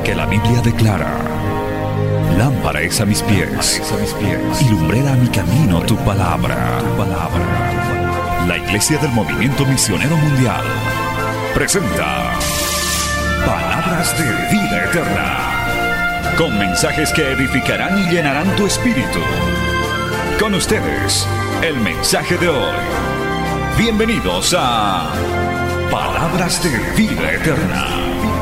Porque la Biblia declara: lámpara es a mis pies y lumbrera a mi camino tu palabra. La Iglesia del Movimiento Misionero Mundial presenta Palabras de Vida Eterna, con mensajes que edificarán y llenarán tu espíritu. Con ustedes, el mensaje de hoy. Bienvenidos a Palabras de Vida Eterna.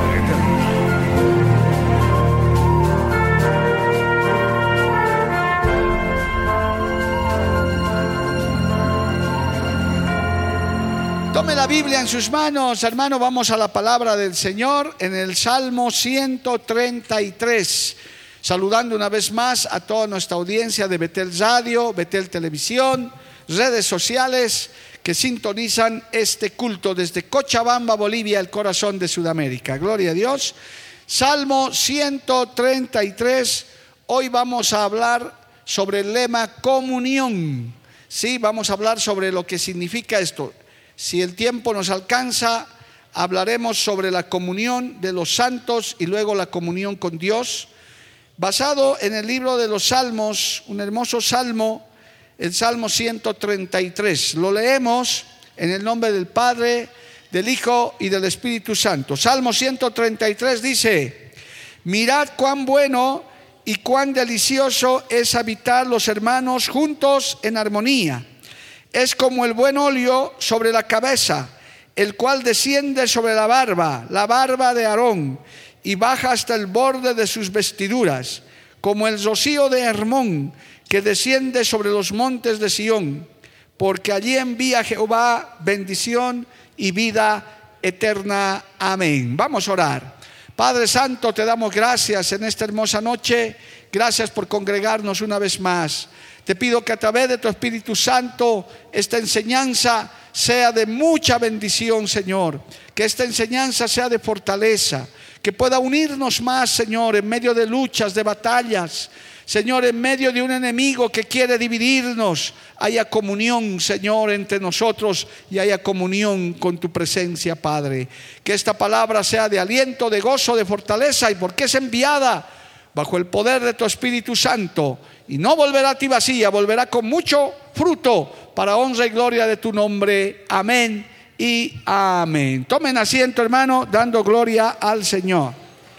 Tome la Biblia en sus manos, hermano. Vamos a la palabra del Señor en el Salmo 133. Saludando una vez más a toda nuestra audiencia de Betel Radio, Betel Televisión, redes sociales que sintonizan este culto desde Cochabamba, Bolivia, el corazón de Sudamérica. Gloria a Dios. Salmo 133. Hoy vamos a hablar sobre el lema comunión. Sí, vamos a hablar sobre lo que significa esto. Si el tiempo nos alcanza, hablaremos sobre la comunión de los santos y luego la comunión con Dios, basado en el libro de los Salmos, un hermoso salmo, el Salmo 133. Lo leemos en el nombre del Padre, del Hijo y del Espíritu Santo. Salmo 133 dice: mirad cuán bueno y cuán delicioso es habitar los hermanos juntos en armonía. Es como el buen óleo sobre la cabeza, el cual desciende sobre la barba de Aarón, y baja hasta el borde de sus vestiduras, como el rocío de Hermón, que desciende sobre los montes de Sión, porque allí envía Jehová bendición y vida eterna. Amén. Vamos a orar. Padre Santo, te damos gracias en esta hermosa noche. Gracias por congregarnos una vez más. Te pido que a través de tu Espíritu Santo esta enseñanza sea de mucha bendición, Señor. Que esta enseñanza sea de fortaleza, que pueda unirnos más, Señor, en medio de luchas, de batallas. Señor, en medio de un enemigo que quiere dividirnos, haya comunión, Señor, entre nosotros y haya comunión con tu presencia, Padre. Que esta palabra sea de aliento, de gozo, de fortaleza, y porque es enviada bajo el poder de tu Espíritu Santo, y no volverá a ti vacía, volverá con mucho fruto para honra y gloria de tu nombre. Amén y amén. Tomen asiento, hermano, dando gloria al Señor.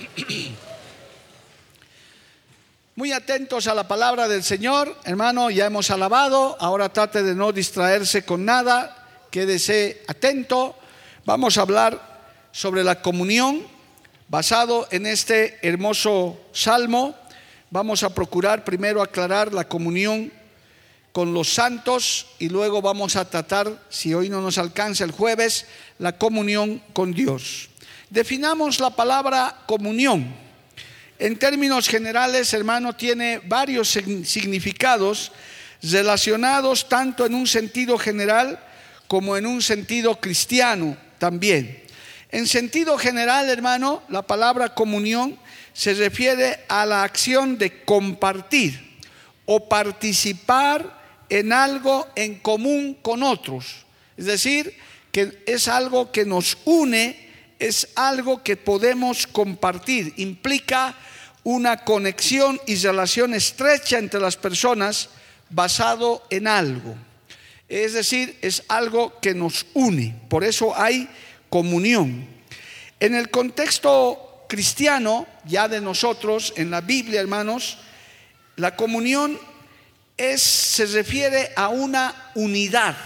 Muy atentos a la palabra del Señor, hermano. Ya hemos alabado, ahora trate de no distraerse con nada, quédese atento. Vamos a hablar sobre la comunión basado en este hermoso salmo. Vamos a procurar primero aclarar la comunión con los santos y luego vamos a tratar, si hoy no nos alcanza el jueves, la comunión con Dios. Definamos la palabra comunión. En términos generales, hermano, tiene varios significados relacionados tanto en un sentido general como en un sentido cristiano también. En sentido general, hermano, la palabra comunión se refiere a la acción de compartir o participar en algo en común con otros. Es decir, que es algo que nos une, es algo que podemos compartir. Implica una conexión y relación estrecha entre las personas basado en algo. Es decir, es algo que nos une. Por eso hay comunión. En el contexto cristiano, ya de nosotros, en la Biblia, hermanos, la comunión se refiere a una unidad,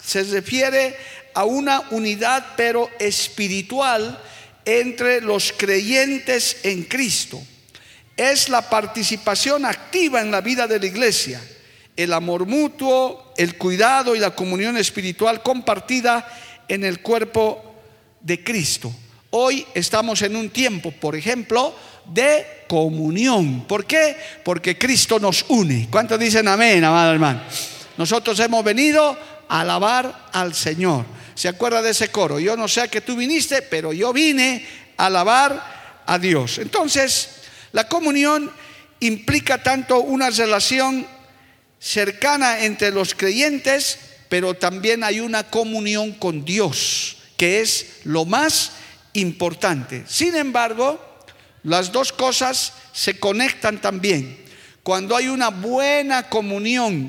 pero espiritual entre los creyentes en Cristo. Es la participación activa en la vida de la iglesia, el amor mutuo, el cuidado y la comunión espiritual compartida en el cuerpo de Cristo. Hoy estamos en un tiempo, por ejemplo, de comunión. ¿Por qué? Porque Cristo nos une. ¿Cuántos dicen amén, amado hermano? Nosotros hemos venido a alabar al Señor. ¿Se acuerda de ese coro? Yo no sé a qué tú viniste, pero yo vine a alabar a Dios. Entonces, la comunión implica tanto una relación cercana entre los creyentes, pero también hay una comunión con Dios, que es lo más importante. Sin embargo, Las dos cosas se conectan también. Cuando hay una buena comunión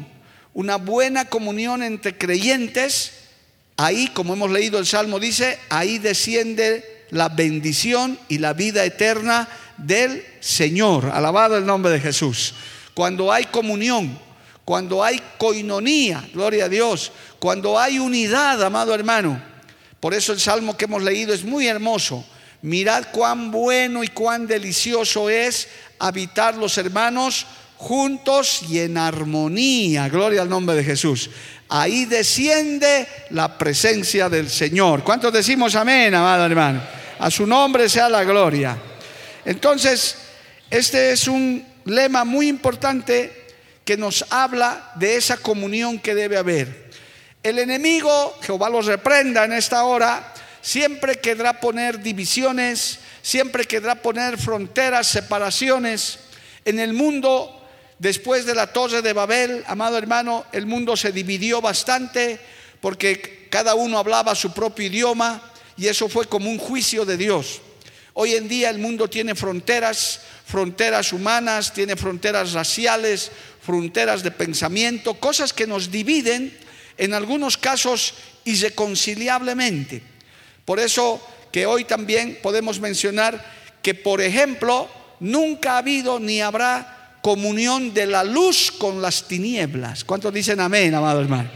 entre creyentes, ahí, como hemos leído el Salmo, dice, ahí desciende la bendición y la vida eterna del Señor. Alabado el nombre de Jesús. Cuando hay comunión, cuando hay coinonía, gloria a Dios, cuando hay unidad, amado hermano. Por eso el Salmo que hemos leído es muy hermoso. Mirad cuán bueno y cuán delicioso es habitar los hermanos juntos y en armonía. Gloria al nombre de Jesús. Ahí desciende la presencia del Señor. ¿Cuántos decimos amén, amado hermano? A su nombre sea la gloria. Entonces, este es un lema muy importante que nos habla de esa comunión que debe haber. El enemigo, Jehová los reprenda en esta hora, siempre querrá poner divisiones, siempre querrá poner fronteras, separaciones. En el mundo, después de la Torre de Babel, amado hermano, el mundo se dividió bastante porque cada uno hablaba su propio idioma y eso fue como un juicio de Dios. Hoy en día el mundo tiene fronteras humanas, tiene fronteras raciales, fronteras de pensamiento, cosas que nos dividen en algunos casos irreconciliablemente. Por eso que hoy también podemos mencionar que, por ejemplo, nunca ha habido ni habrá comunión de la luz con las tinieblas. ¿Cuántos dicen amén, amado hermano?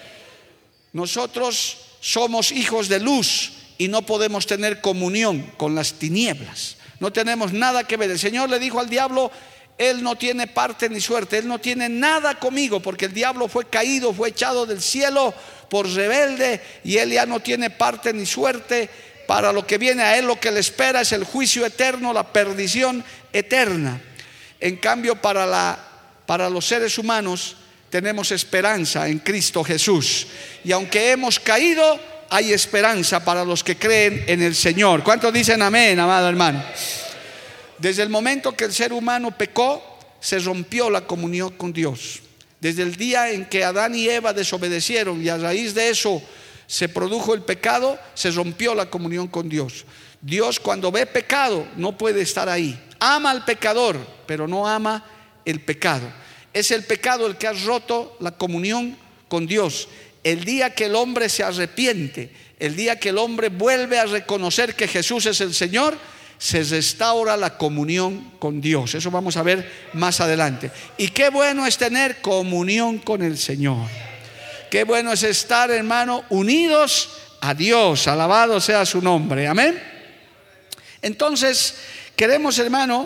Nosotros somos hijos de luz y no podemos tener comunión con las tinieblas. No tenemos nada que ver. El Señor le dijo al diablo: él no tiene parte ni suerte, él no tiene nada conmigo, porque el diablo fue caído, fue echado del cielo por rebelde, y él ya no tiene parte ni suerte. Para lo que viene a él, lo que le espera es el juicio eterno, la perdición eterna. En cambio, para los seres humanos tenemos esperanza en Cristo Jesús, y aunque hemos caído, hay esperanza para los que creen en el Señor. ¿Cuántos dicen amén, amado hermano? Desde el momento que el ser humano pecó, se rompió la comunión con Dios. Desde el día en que Adán y Eva desobedecieron y a raíz de eso se produjo el pecado, se rompió la comunión con Dios. Dios, cuando ve pecado, no puede estar ahí. Ama al pecador, pero no ama el pecado. Es el pecado el que ha roto la comunión con Dios. El día que el hombre se arrepiente, el día que el hombre vuelve a reconocer que Jesús es el Señor, se restaura la comunión con Dios. Eso vamos a ver más adelante. Y qué bueno es tener comunión con el Señor. Qué bueno es estar, hermano, unidos a Dios. Alabado sea su nombre. Amén. Entonces, queremos, hermano,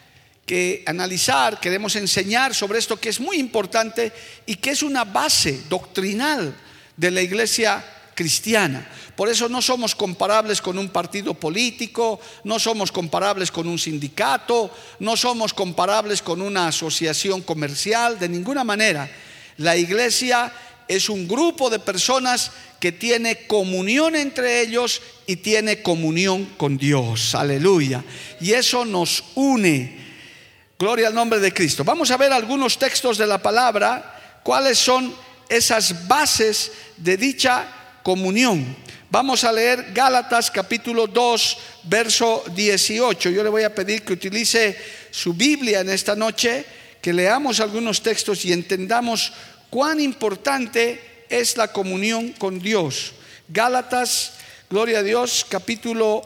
que analizar, queremos enseñar sobre esto que es muy importante y que es una base doctrinal de la iglesia cristiana. Por eso no somos comparables con un partido político, no somos comparables con un sindicato, no somos comparables con una asociación comercial, de ninguna manera. La iglesia es un grupo de personas que tiene comunión entre ellos y tiene comunión con Dios. Aleluya. Y eso nos une. Gloria al nombre de Cristo. Vamos a ver algunos textos de la palabra, cuáles son esas bases de dicha comunión. Vamos a leer Gálatas capítulo 2, verso 18. Yo le voy a pedir que utilice su Biblia en esta noche, que leamos algunos textos y entendamos cuán importante es la comunión con Dios. Gálatas, gloria a Dios, capítulo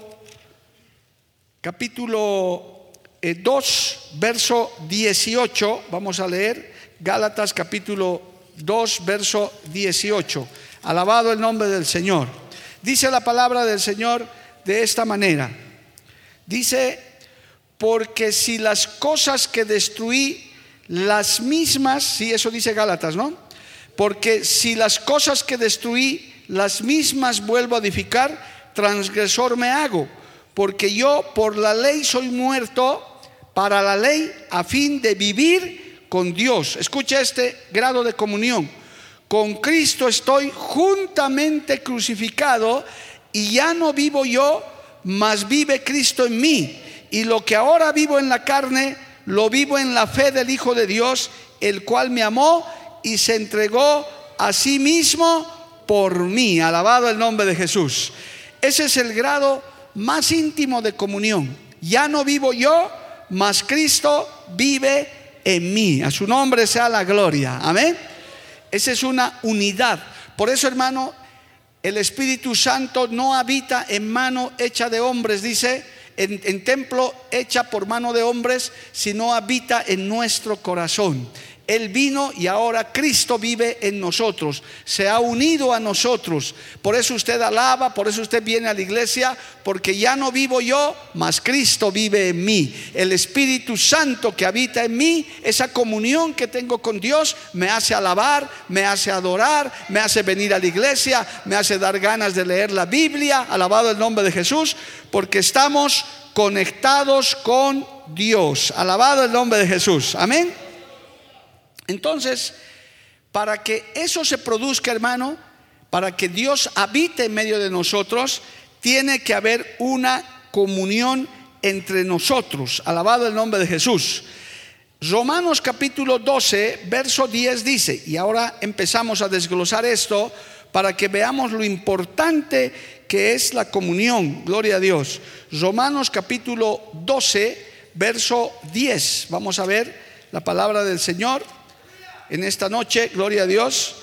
2, verso 18. Vamos a leer Gálatas capítulo 2, verso 18. Alabado el nombre del Señor. Dice la palabra del Señor de esta manera. Dice: porque si las cosas que destruí, las mismas, sí, eso dice Gálatas, ¿no? Porque si las cosas que destruí, las mismas vuelvo a edificar, transgresor me hago. Porque yo por la ley soy muerto para la ley, a fin de vivir con Dios. Escucha este grado de comunión. Con Cristo estoy juntamente crucificado, y ya no vivo yo, mas vive Cristo en mí. Y lo que ahora vivo en la carne, lo vivo en la fe del Hijo de Dios, el cual me amó y se entregó a sí mismo por mí. Alabado el nombre de Jesús. Ese es el grado más íntimo de comunión. Ya no vivo yo, mas Cristo vive en mí. A su nombre sea la gloria. Amén. Esa es una unidad. Por eso, hermano, el Espíritu Santo no habita en mano hecha de hombres, dice, en templo hecha por mano de hombres, sino habita en nuestro corazón. Él vino y ahora Cristo vive en nosotros, se ha unido a nosotros. Por eso usted alaba, por eso usted viene a la iglesia, porque ya no vivo yo, mas Cristo vive en mí. El Espíritu Santo que habita en mí, esa comunión que tengo con Dios, me hace alabar, me hace adorar, me hace venir a la iglesia, me hace dar ganas de leer la Biblia. Alabado el nombre de Jesús, porque estamos conectados con Dios. Alabado el nombre de Jesús. Amén. Entonces, para que eso se produzca, hermano, para que Dios habite en medio de nosotros, tiene que haber una comunión entre nosotros. Alabado el nombre de Jesús. Romanos capítulo 12, verso 10 dice, y ahora empezamos a desglosar esto para que veamos lo importante que es la comunión. Gloria a Dios. Romanos capítulo 12, verso 10. Vamos a ver la palabra del Señor en esta noche. Gloria a Dios.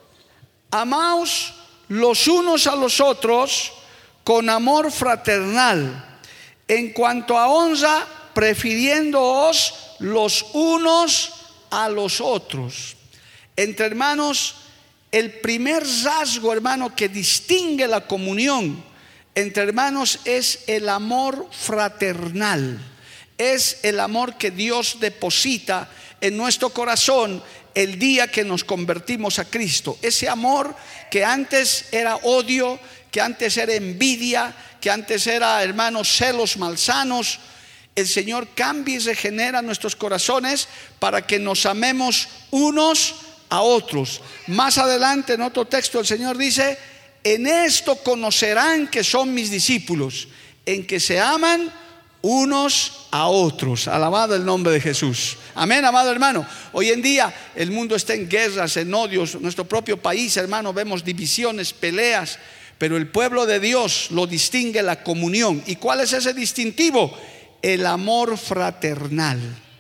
Amaos los unos a los otros con amor fraternal, en cuanto a honra, prefiriéndoos los unos a los otros. Entre hermanos, el primer rasgo, hermano, que distingue la comunión entre hermanos es el amor fraternal. Es el amor que Dios deposita en nuestro corazón el día que nos convertimos a Cristo. Ese amor que antes era odio, que antes era envidia, que antes era, hermanos, celos malsanos, el Señor cambia y regenera nuestros corazones para que nos amemos unos a otros. Más adelante en otro texto el Señor dice: en esto conocerán que son mis discípulos, en que se aman unos a otros. Alabado el nombre de Jesús. Amén, amado hermano. Hoy en día el mundo está en guerras, en odios. Nuestro propio país, hermano, vemos divisiones, peleas, pero el pueblo de Dios lo distingue la comunión. ¿Y cuál es ese distintivo? El amor fraternal.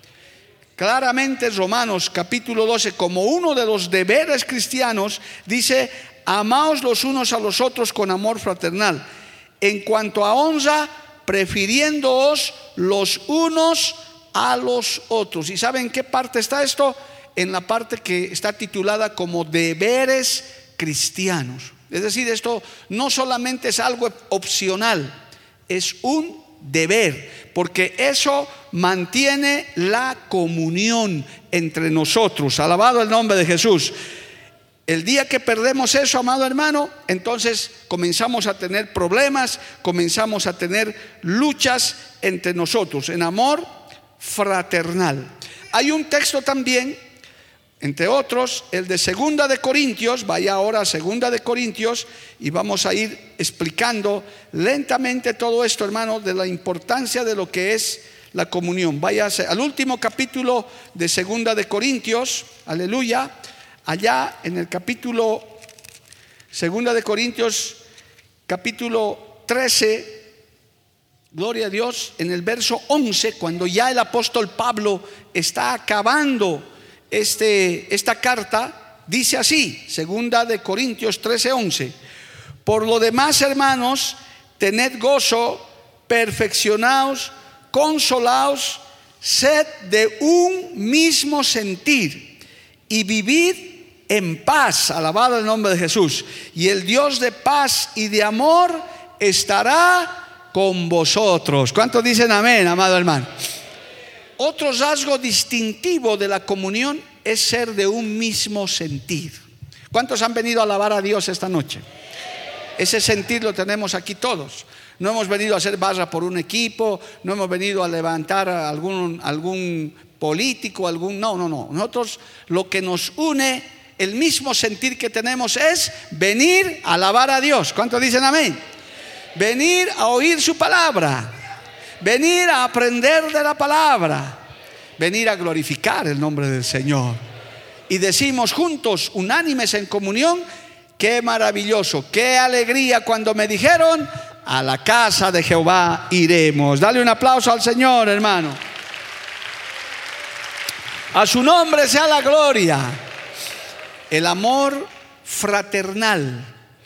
Claramente Romanos capítulo 12, como uno de los deberes cristianos, dice: amaos los unos a los otros con amor fraternal, en cuanto a honra, prefiriéndoos los unos a los otros. ¿Y saben en qué parte está esto? En la parte que está titulada como deberes cristianos. Es decir, esto no solamente es algo opcional, es un deber, porque eso mantiene la comunión entre nosotros. Alabado el nombre de Jesús. El día que perdemos eso, amado hermano, entonces comenzamos a tener problemas, comenzamos a tener luchas entre nosotros en amor fraternal. Hay un texto también, entre otros, el de 2 de Corintios. Vaya ahora a 2 de Corintios y vamos a ir explicando lentamente todo esto, hermano, de la importancia de lo que es la comunión. Vaya al último capítulo de 2 de Corintios, aleluya. Allá en el capítulo 2 de Corintios, capítulo 13, gloria a Dios, en el verso 11, cuando ya el apóstol Pablo está acabando esta carta, dice así, 2 de Corintios 13, 11: por lo demás, hermanos, tened gozo, perfeccionaos, consolaos, sed de un mismo sentir y vivid en paz. Alabado el nombre de Jesús. Y el Dios de paz y de amor estará con vosotros. ¿Cuántos dicen amén, amado hermano? Otro rasgo distintivo de la comunión es ser de un mismo sentir. ¿Cuántos han venido a alabar a Dios esta noche? Ese sentir lo tenemos aquí todos. No hemos venido a hacer barra por un equipo, no hemos venido a levantar a algún político, no. Nosotros, lo que nos une, el mismo sentir que tenemos, es venir a alabar a Dios. ¿Cuántos dicen amén? Venir a oír su palabra, venir a aprender de la palabra, venir a glorificar el nombre del Señor. Y decimos juntos, unánimes en comunión: qué maravilloso, qué alegría cuando me dijeron: a la casa de Jehová iremos. Dale un aplauso al Señor, hermano. A su nombre sea la gloria. El amor fraternal,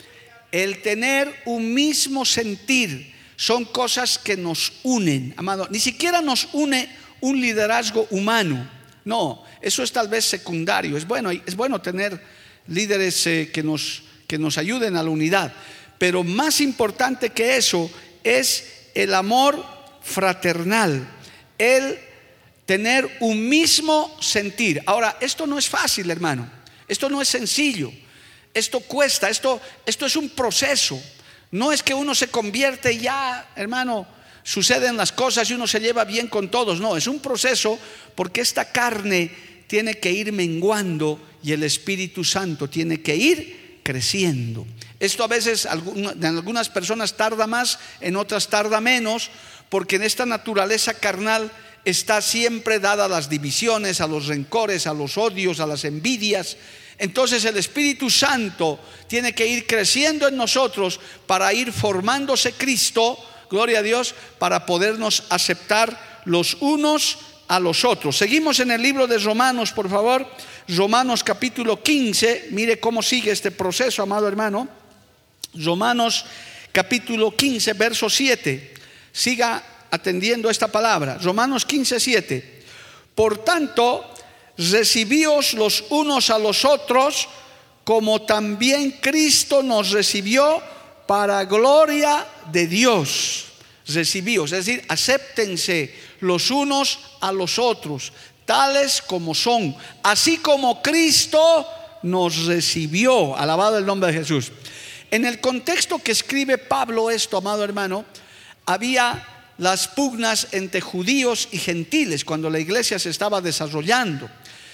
el tener un mismo sentir, son cosas que nos unen, amado. Ni siquiera nos une un liderazgo humano. No, eso es tal vez secundario. Es bueno tener líderes que nos ayuden a la unidad. Pero más importante que eso es el amor fraternal, el tener un mismo sentir. Ahora, esto no es fácil, hermano. Esto no es sencillo. Esto cuesta, esto es un proceso. No es que uno se convierte y ya, hermano, suceden las cosas y uno se lleva bien con todos. No, es un proceso, porque esta carne tiene que ir menguando y el Espíritu Santo tiene que ir creciendo. Esto a veces en algunas personas tarda más, en otras tarda menos, porque en esta naturaleza carnal está siempre dada a las divisiones, a los rencores, a los odios, a las envidias. Entonces el Espíritu Santo tiene que ir creciendo en nosotros para ir formándose Cristo, gloria a Dios, para podernos aceptar los unos a los otros. Seguimos en el libro de Romanos, por favor. Romanos capítulo 15, mire cómo sigue este proceso, amado hermano. Romanos capítulo 15, verso 7. Siga atendiendo esta palabra. Romanos 15, 7. Por tanto, recibíos los unos a los otros, como también Cristo nos recibió para gloria de Dios. Recibíos, es decir, acéptense los unos a los otros, tales como son, así como Cristo nos recibió. Alabado el nombre de Jesús. En el contexto que escribe Pablo esto, amado hermano, había las pugnas entre judíos y gentiles cuando la iglesia se estaba desarrollando.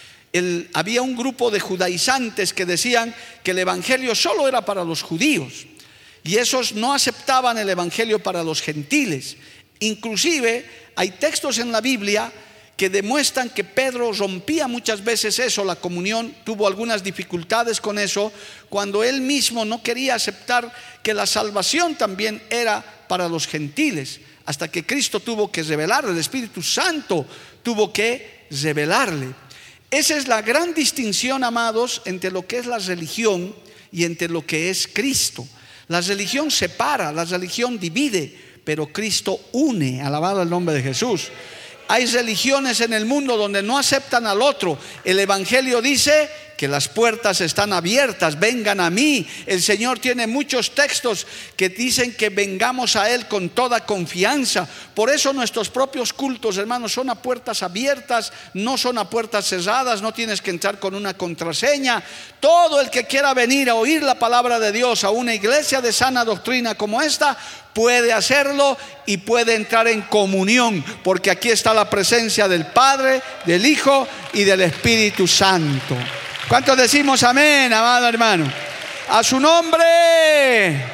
Había un grupo de judaizantes que decían que el evangelio solo era para los judíos, y esos no aceptaban el evangelio para los gentiles. Inclusive hay textos en la Biblia que demuestran que Pedro rompía muchas veces eso, la comunión, tuvo algunas dificultades con eso, cuando él mismo no quería aceptar que la salvación también era para los gentiles, hasta que Cristo tuvo que revelarle, el Espíritu Santo tuvo que revelarle. Esa es la gran distinción, amados, entre lo que es la religión y entre lo que es Cristo. La religión separa, la religión divide, pero Cristo une. Alabado el nombre de Jesús. Hay religiones en el mundo donde no aceptan al otro. El evangelio dice que las puertas están abiertas, vengan a mí. El Señor tiene muchos textos que dicen que vengamos a Él con toda confianza. Por eso nuestros propios cultos, hermanos, son a puertas abiertas, no son a puertas cerradas. No tienes que entrar con una contraseña. Todo el que quiera venir a oír la palabra de Dios a una iglesia de sana doctrina como esta, puede hacerlo y puede entrar en comunión, porque aquí está la presencia del Padre, del Hijo y del Espíritu Santo. ¿Cuántos decimos amén, amado hermano? A su nombre.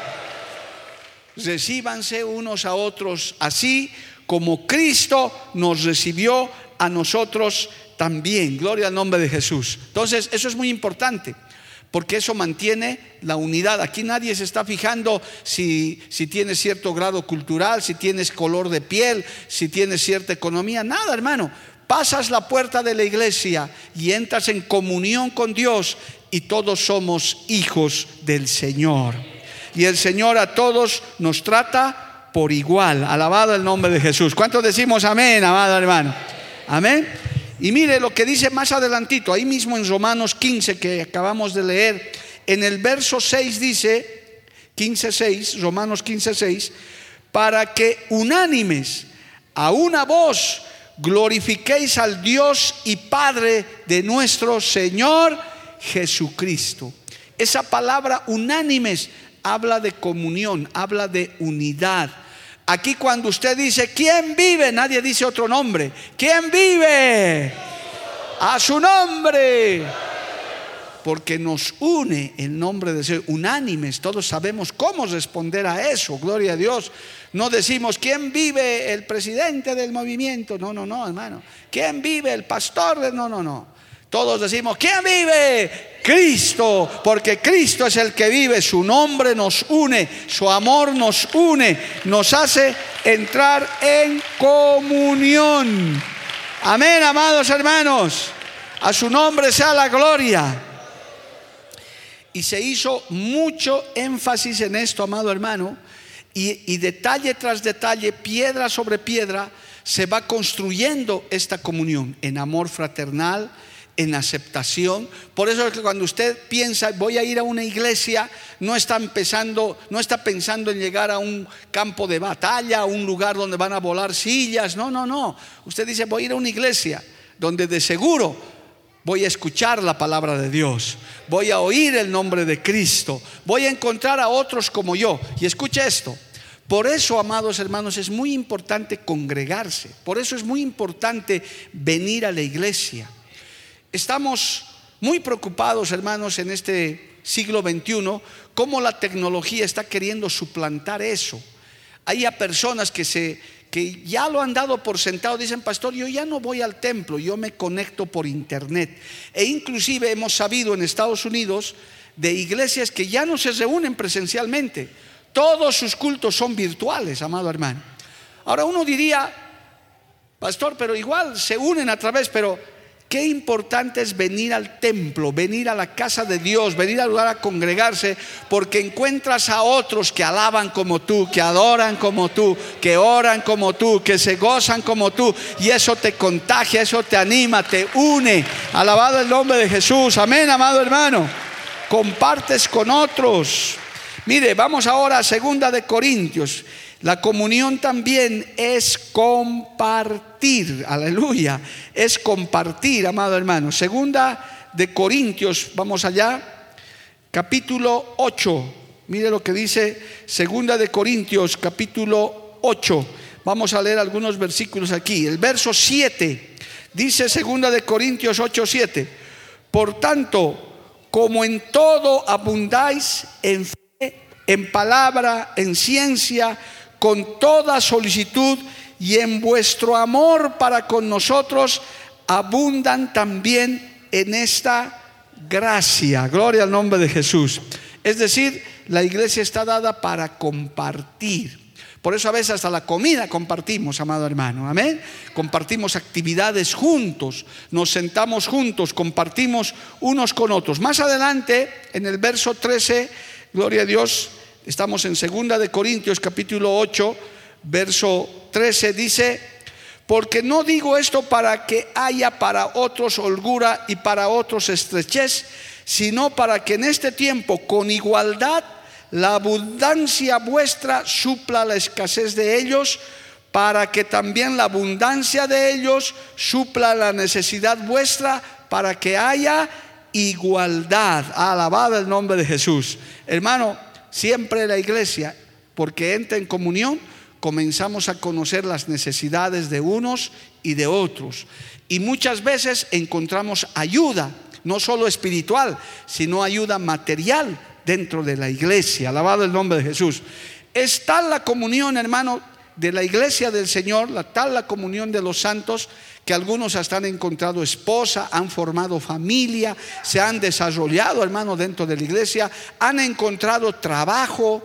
Recíbanse unos a otros, así como Cristo nos recibió a nosotros también. Gloria al nombre de Jesús. Entonces, eso es muy importante, porque eso mantiene la unidad. Aquí nadie se está fijando si tienes cierto grado cultural, si tienes color de piel, si tienes cierta economía. Nada, hermano. Pasas la puerta de la iglesia y entras en comunión con Dios, y todos somos hijos del Señor. Y el Señor a todos nos trata por igual. Alabado el nombre de Jesús. ¿Cuántos decimos amén, amado hermano? Amén. Y mire lo que dice más adelantito, ahí mismo en Romanos 15 que acabamos de leer, en el verso 6 dice, 15:6, Romanos 15:6, para que unánimes a una voz glorifiquéis al Dios y Padre de nuestro Señor Jesucristo. Esa palabra unánimes habla de comunión, habla de unidad. Aquí cuando usted dice ¿quién vive? Nadie dice otro nombre. ¿Quién vive? A su nombre. Porque nos une el nombre de ser unánimes. Todos sabemos cómo responder a eso. Gloria a Dios. No decimos ¿quién vive? El presidente del movimiento. No, hermano. ¿Quién vive? El pastor. No. Todos decimos, ¿quién vive? Cristo, porque Cristo es el que vive. Su nombre nos une, su amor nos une, nos hace entrar en comunión. Amén, amados hermanos. A su nombre sea la gloria. Y se hizo mucho énfasis en esto, amado hermano, y detalle tras detalle, piedra sobre piedra, se va construyendo esta comunión en amor fraternal, en aceptación. Por eso es que cuando usted piensa, voy a ir a una iglesia, no está pensando en llegar a un campo de batalla, a un lugar donde van a volar sillas. No. Usted dice, voy a ir a una iglesia donde de seguro voy a escuchar la palabra de Dios, voy a oír el nombre de Cristo, voy a encontrar a otros como yo. Y escuche esto. Por eso, amados hermanos, es muy importante congregarse. Por eso es muy importante venir a la iglesia. Estamos muy preocupados, hermanos, en este siglo XXI, cómo la tecnología está queriendo suplantar eso. Hay personas que ya lo han dado por sentado, dicen, pastor, yo ya no voy al templo, yo me conecto por internet. E inclusive hemos sabido en Estados Unidos de iglesias que ya no se reúnen presencialmente, todos sus cultos son virtuales, amado hermano. Ahora uno diría, pastor, pero igual se unen a través, pero qué importante es venir al templo, venir a la casa de Dios, venir al lugar a congregarse, porque encuentras a otros que alaban como tú, que adoran como tú, que oran como tú, que se gozan como tú, y eso te contagia, eso te anima, te une. Alabado el nombre de Jesús. Amén, amado hermano. Compartes con otros. Mire, vamos ahora a 2 de Corintios. La comunión también es compartir, aleluya, es compartir, amado hermano. 2 de Corintios, vamos allá, capítulo 8. Mire lo que dice 2 de Corintios, capítulo 8. Vamos a leer algunos versículos aquí. El verso 7 dice 2 de Corintios 8:7. Por tanto, como en todo abundáis en fe, en palabra, en ciencia, con toda solicitud, y en vuestro amor para con nosotros abundan también en esta gracia. Gloria al nombre de Jesús. Es decir, la iglesia está dada para compartir. Por eso a veces hasta la comida compartimos, amado hermano. Amén. Compartimos actividades juntos, nos sentamos juntos, compartimos unos con otros. Más adelante, en el verso 13, gloria a Dios, estamos en 2 de Corintios capítulo 8, verso 13, dice: porque no digo esto para que haya para otros holgura y para otros estrechez, sino para que en este tiempo con igualdad la abundancia vuestra supla la escasez de ellos, para que también la abundancia de ellos supla la necesidad vuestra, para que haya igualdad. Alabado el nombre de Jesús. Hermano, siempre la iglesia, porque entra en comunión, comenzamos a conocer las necesidades de unos y de otros. Y muchas veces encontramos ayuda, no solo espiritual, sino ayuda material dentro de la iglesia. Alabado el nombre de Jesús. Es tal la comunión, hermano, de la iglesia del Señor, tal la comunión de los santos, que algunos hasta han encontrado esposa, han formado familia, se han desarrollado, hermano, dentro de la iglesia, han encontrado trabajo,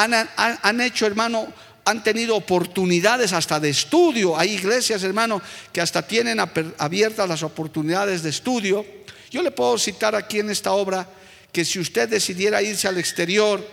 han hecho, hermano, han tenido oportunidades hasta de estudio. Hay iglesias, hermano, que hasta tienen abiertas las oportunidades de estudio. Yo le puedo citar aquí en esta obra que si usted decidiera irse al exterior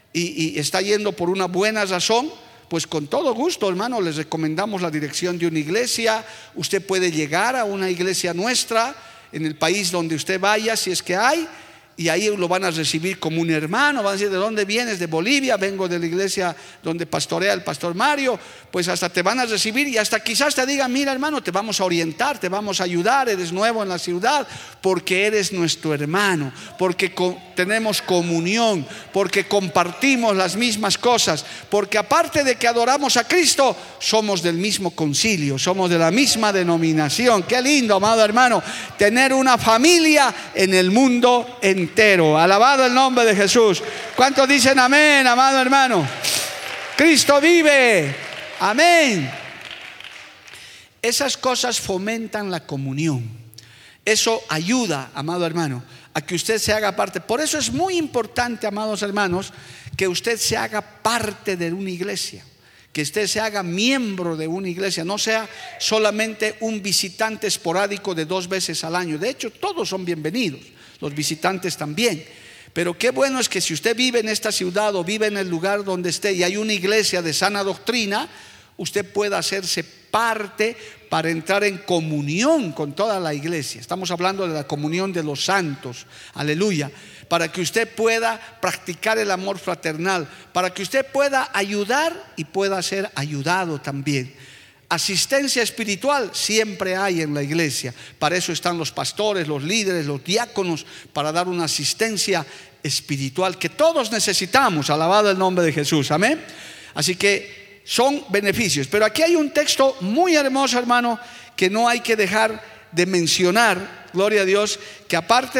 y está yendo por una buena razón, pues con todo gusto, hermano, les recomendamos la dirección de una iglesia. Usted puede llegar a una iglesia nuestra en el país donde usted vaya, si es que hay, y ahí lo van a recibir como un hermano. Van a decir: ¿de dónde vienes? De Bolivia, vengo de la iglesia donde pastorea el pastor Mario. Pues hasta te van a recibir, y hasta quizás te digan: mira, hermano, te vamos a orientar, te vamos a ayudar, eres nuevo en la ciudad, porque eres nuestro hermano, porque tenemos comunión, porque compartimos las mismas cosas, porque aparte de que adoramos a Cristo, somos del mismo concilio, somos de la misma denominación. Qué lindo, amado hermano, tener una familia en el mundo entero. Alabado el nombre de Jesús. ¿Cuántos dicen amén, amado hermano? Cristo vive. Amén. Esas cosas fomentan la comunión. Eso ayuda, amado hermano, a que usted se haga parte. Por eso es muy importante, amados hermanos, que usted se haga parte de una iglesia, que usted se haga miembro de una iglesia, no sea solamente un visitante esporádico de 2 veces al año. De hecho, todos son bienvenidos, los visitantes también. Pero qué bueno es que si usted vive en esta ciudad o vive en el lugar donde esté y hay una iglesia de sana doctrina, usted pueda hacerse parte para entrar en comunión con toda la iglesia. Estamos hablando de la comunión de los santos, aleluya, para que usted pueda practicar el amor fraternal, para que usted pueda ayudar y pueda ser ayudado también. Asistencia espiritual siempre hay en la iglesia. Para eso están los pastores, los líderes, los diáconos, para dar una asistencia espiritual que todos necesitamos. Alabado el nombre de Jesús, amén. Así que son beneficios. Pero aquí hay un texto muy hermoso, hermano, que no hay que dejar de mencionar, gloria a Dios, que aparte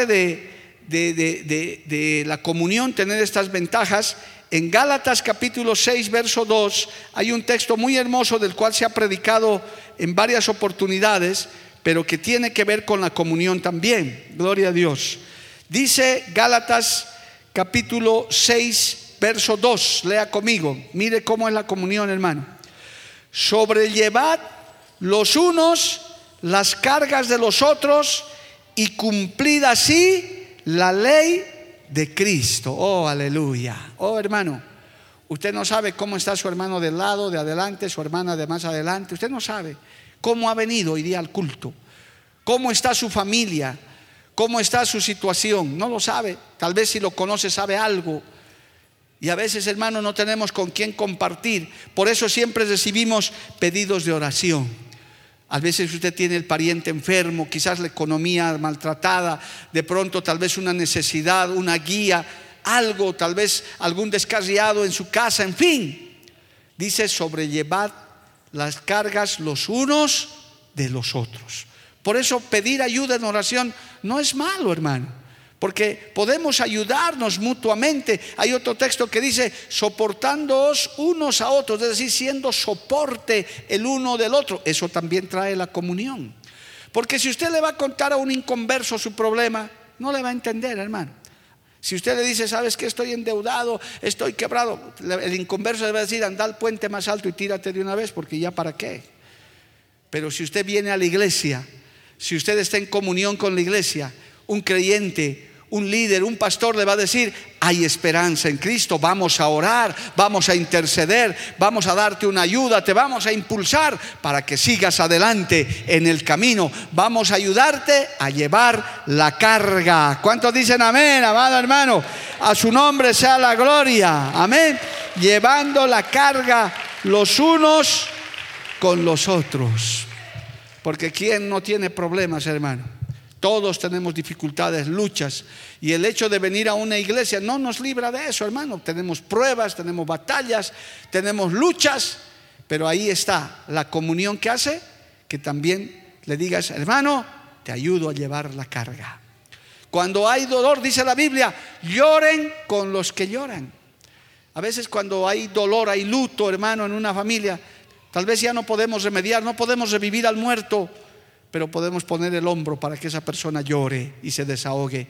de la comunión, tener estas ventajas. En Gálatas capítulo 6 verso 2 hay un texto muy hermoso del cual se ha predicado en varias oportunidades, pero que tiene que ver con la comunión también, gloria a Dios. Dice Gálatas capítulo 6 verso 2, lea conmigo, mire cómo es la comunión, hermano. Sobrellevad los unos las cargas de los otros y cumplid así la ley de Cristo. Oh, aleluya. Oh, hermano, usted no sabe cómo está su hermano del lado, de adelante, su hermana de más adelante. Usted no sabe cómo ha venido hoy día al culto, cómo está su familia, cómo está su situación. No lo sabe. Tal vez si lo conoce sabe algo. Y a veces, hermano, no tenemos con quién compartir. Por eso siempre recibimos pedidos de oración. A veces usted tiene el pariente enfermo, quizás la economía maltratada, de pronto tal vez una necesidad, una guía, algo, tal vez algún descarriado en su casa, en fin. Dice, sobrellevad las cargas los unos de los otros. Por eso pedir ayuda en oración no es malo, hermano, porque podemos ayudarnos mutuamente. Hay otro texto que dice, soportándoos unos a otros, es decir, siendo soporte el uno del otro. Eso también trae la comunión. Porque si usted le va a contar a un inconverso su problema, no le va a entender, hermano. Si usted le dice, sabes que estoy endeudado, estoy quebrado, el inconverso le va a decir, anda al puente más alto y tírate de una vez, porque ya para qué. Pero si usted viene a la iglesia, si usted está en comunión con la iglesia, un creyente, un líder, un pastor le va a decir, hay esperanza en Cristo, vamos a orar, vamos a interceder, vamos a darte una ayuda, te vamos a impulsar para que sigas adelante en el camino, vamos a ayudarte a llevar la carga. ¿Cuántos dicen amén, amado hermano? A su nombre sea la gloria, amén. Llevando la carga los unos con los otros, porque ¿quién no tiene problemas, hermano? Todos tenemos dificultades, luchas, y el hecho de venir a una iglesia no nos libra de eso, hermano. Tenemos pruebas, tenemos batallas, tenemos luchas, pero ahí está la comunión que hace que también le digas, hermano, te ayudo a llevar la carga. Cuando hay dolor, dice la Biblia, lloren con los que lloran. A veces cuando hay dolor, hay luto, hermano, en una familia, tal vez ya no podemos remediar, no podemos revivir al muerto, pero podemos poner el hombro para que esa persona llore y se desahogue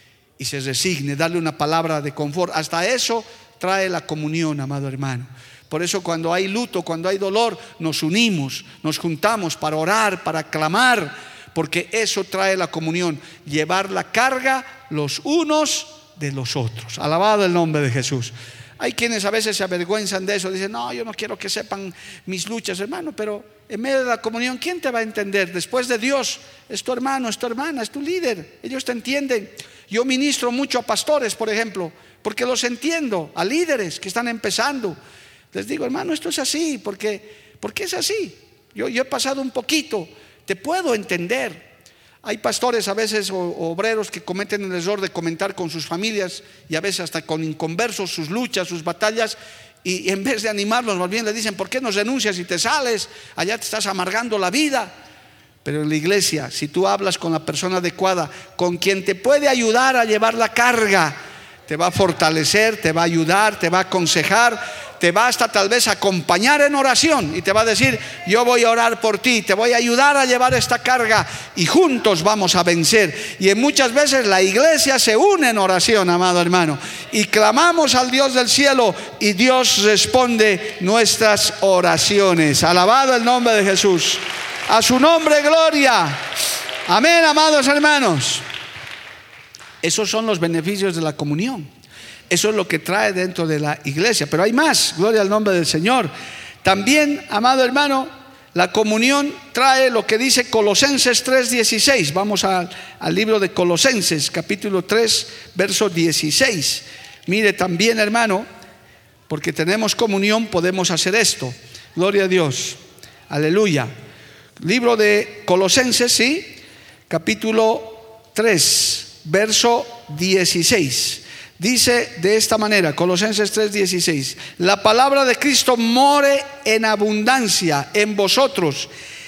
y se resigne, darle una palabra de confort. Hasta eso trae la comunión, amado hermano. Por eso cuando hay luto, cuando hay dolor, nos unimos, nos juntamos para orar, para clamar, porque eso trae la comunión, llevar la carga los unos de los otros. Alabado el nombre de Jesús. Hay quienes a veces se avergüenzan de eso, dicen, no, yo no quiero que sepan mis luchas, hermano, pero en medio de la comunión, ¿quién te va a entender? Después de Dios, es tu hermano, es tu hermana, es tu líder, ellos te entienden. Yo ministro mucho a pastores, por ejemplo, porque los entiendo, a líderes que están empezando. Les digo, hermano, esto es así, ¿por qué es así? Yo he pasado un poquito, te puedo entender. Hay pastores a veces o obreros que cometen el error de comentar con sus familias y a veces hasta con inconversos sus luchas, sus batallas, y en vez de animarlos más bien le dicen, ¿por qué no renuncias y te sales? Allá te estás amargando la vida. Pero en la iglesia, si tú hablas con la persona adecuada, con quien te puede ayudar a llevar la carga, te va a fortalecer, te va a ayudar, te va a aconsejar, te basta tal vez acompañar en oración y te va a decir: yo voy a orar por ti, te voy a ayudar a llevar esta carga y juntos vamos a vencer. Y muchas veces la iglesia se une en oración, amado hermano, y clamamos al Dios del cielo y Dios responde nuestras oraciones. Alabado el nombre de Jesús. A su nombre gloria. Amén, amados hermanos. Esos son los beneficios de la comunión. Eso es lo que trae dentro de la iglesia. Pero hay más, gloria al nombre del Señor. También, amado hermano, la comunión trae lo que dice Colosenses 3:16. Vamos al libro de Colosenses, capítulo 3, verso 16. Mire también, hermano, porque tenemos comunión, podemos hacer esto. Gloria a Dios. Aleluya. Libro de Colosenses, sí, capítulo 3, verso 16. Dice de esta manera, Colosenses 3:16: la palabra de Cristo more en abundancia en vosotros,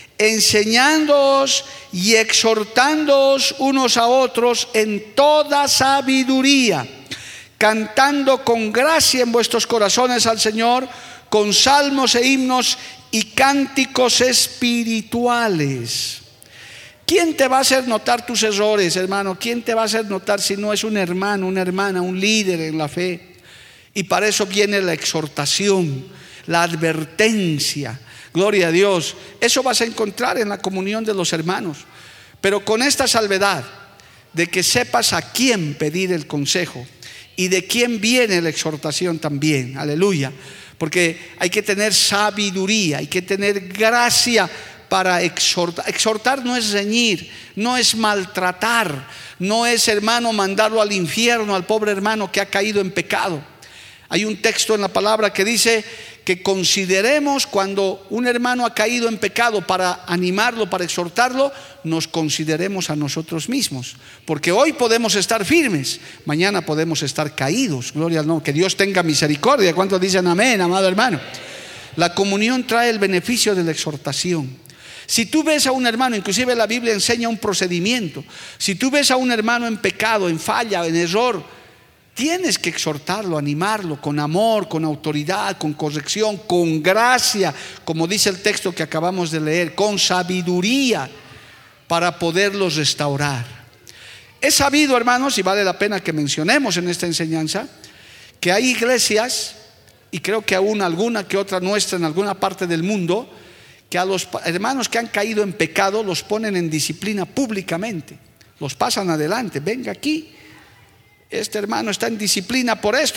enseñándoos y exhortándoos unos a otros en toda sabiduría, cantando con gracia en vuestros corazones al Señor, con salmos e himnos y cánticos espirituales. ¿Quién te va a hacer notar tus errores, hermano? ¿Quién te va a hacer notar si no es un hermano, una hermana, un líder en la fe? Y para eso viene la exhortación, la advertencia. Gloria a Dios. Eso vas a encontrar en la comunión de los hermanos, pero con esta salvedad de que sepas a quién pedir el consejo y de quién viene la exhortación también. Aleluya. Porque hay que tener sabiduría, hay que tener gracia para exhortar. Exhortar no es reñir, no es maltratar, no es, hermano, mandarlo al infierno al pobre hermano que ha caído en pecado. Hay un texto en la palabra que dice que consideremos cuando un hermano ha caído en pecado, para animarlo, para exhortarlo, nos consideremos a nosotros mismos, porque hoy podemos estar firmes, mañana podemos estar caídos. Gloria al nombre. Que Dios tenga misericordia. ¿Cuántos dicen amén, amado hermano? La comunión trae el beneficio de la exhortación. Si tú ves a un hermano, inclusive la Biblia enseña un procedimiento. Si tú ves a un hermano en pecado, en falla, en error, tienes que exhortarlo, animarlo con amor, con autoridad, con corrección, con gracia, como dice el texto que acabamos de leer, con sabiduría, para poderlos restaurar. Es sabido, hermanos, y vale la pena que mencionemos en esta enseñanza, que hay iglesias, y creo que aún alguna que otra nuestra en alguna parte del mundo, que a los hermanos que han caído en pecado los ponen en disciplina públicamente, los pasan adelante. Venga aquí, este hermano está en disciplina por esto,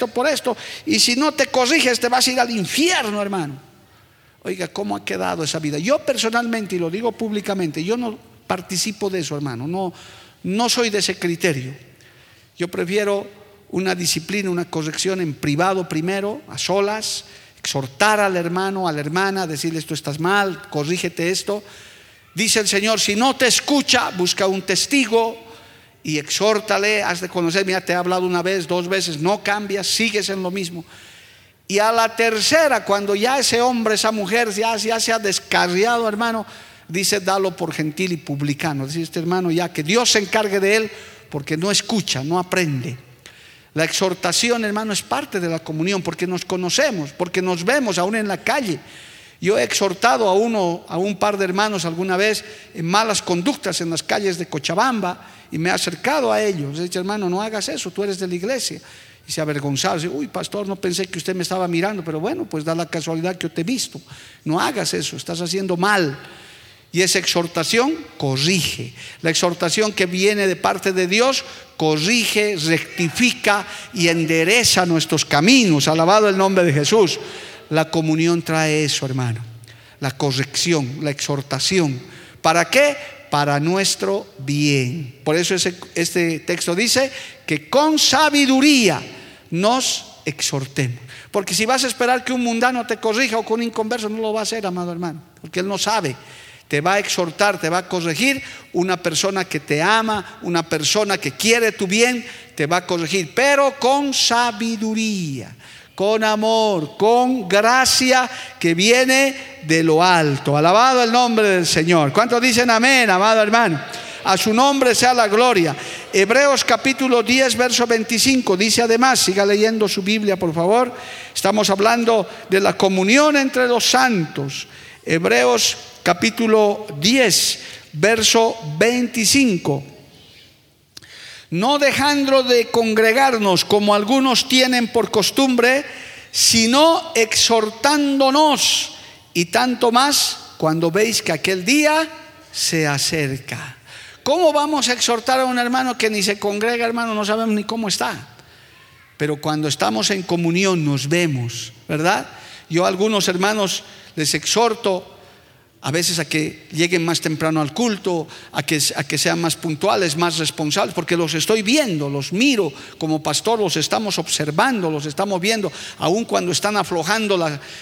y si no te corriges te vas a ir al infierno, hermano. Oiga, ¿cómo ha quedado esa vida? Yo personalmente, y lo digo públicamente, yo no participo de eso, hermano. No soy de ese criterio. Yo prefiero una disciplina, una corrección en privado primero, a solas, exhortar al hermano, a la hermana, decirle: esto estás mal, corrígete esto. Dice el Señor: si no te escucha, busca un testigo y exhórtale, haz de conocer: mira, te he hablado una vez, 2 veces, no cambias, sigues en lo mismo. Y a la tercera, cuando ya ese hombre, esa mujer ya se ha descarriado, hermano, dice: dalo por gentil y publicano. Dice este hermano, ya que Dios se encargue de él, porque no escucha, no aprende. La exhortación, hermano, es parte de la comunión, porque nos conocemos, porque nos vemos aún en la calle. Yo he exhortado a un par de hermanos alguna vez en malas conductas en las calles de Cochabamba, y me he acercado a ellos. He dicho: hermano, no hagas eso, tú eres de la iglesia. Y se avergonzaba, dice: uy, pastor, no pensé que usted me estaba mirando, pero bueno, pues da la casualidad que yo te he visto. No hagas eso, estás haciendo mal. Y esa exhortación corrige. La exhortación que viene de parte de Dios corrige, rectifica y endereza nuestros caminos. Alabado el nombre de Jesús. La comunión trae eso, hermano. La corrección, la exhortación. ¿Para qué? Para nuestro bien. Por eso este texto dice que con sabiduría nos exhortemos. Porque si vas a esperar que un mundano te corrija, o con un inconverso, no lo va a hacer, amado hermano, porque él no sabe. Te va a exhortar, te va a corregir una persona que te ama, una persona que quiere tu bien, te va a corregir, pero con sabiduría, con amor, con gracia que viene de lo alto. Alabado el nombre del Señor. ¿Cuántos dicen amén, amado hermano? A su nombre sea la gloria. Hebreos capítulo 10, verso 25, dice además, siga leyendo su Biblia por favor, estamos hablando de la comunión entre los santos. Hebreos capítulo 10, verso 25. No dejando de congregarnos como algunos tienen por costumbre, sino exhortándonos, y tanto más cuando veis que aquel día se acerca. ¿Cómo vamos a exhortar a un hermano que ni se congrega, hermano? No sabemos ni cómo está. Pero cuando estamos en comunión nos vemos, ¿verdad? Yo a algunos hermanos les exhorto a veces a que lleguen más temprano al culto, a que sean más puntuales, más responsables, porque los estoy viendo, los miro como pastor, los estamos observando, los estamos viendo, aun cuando están aflojando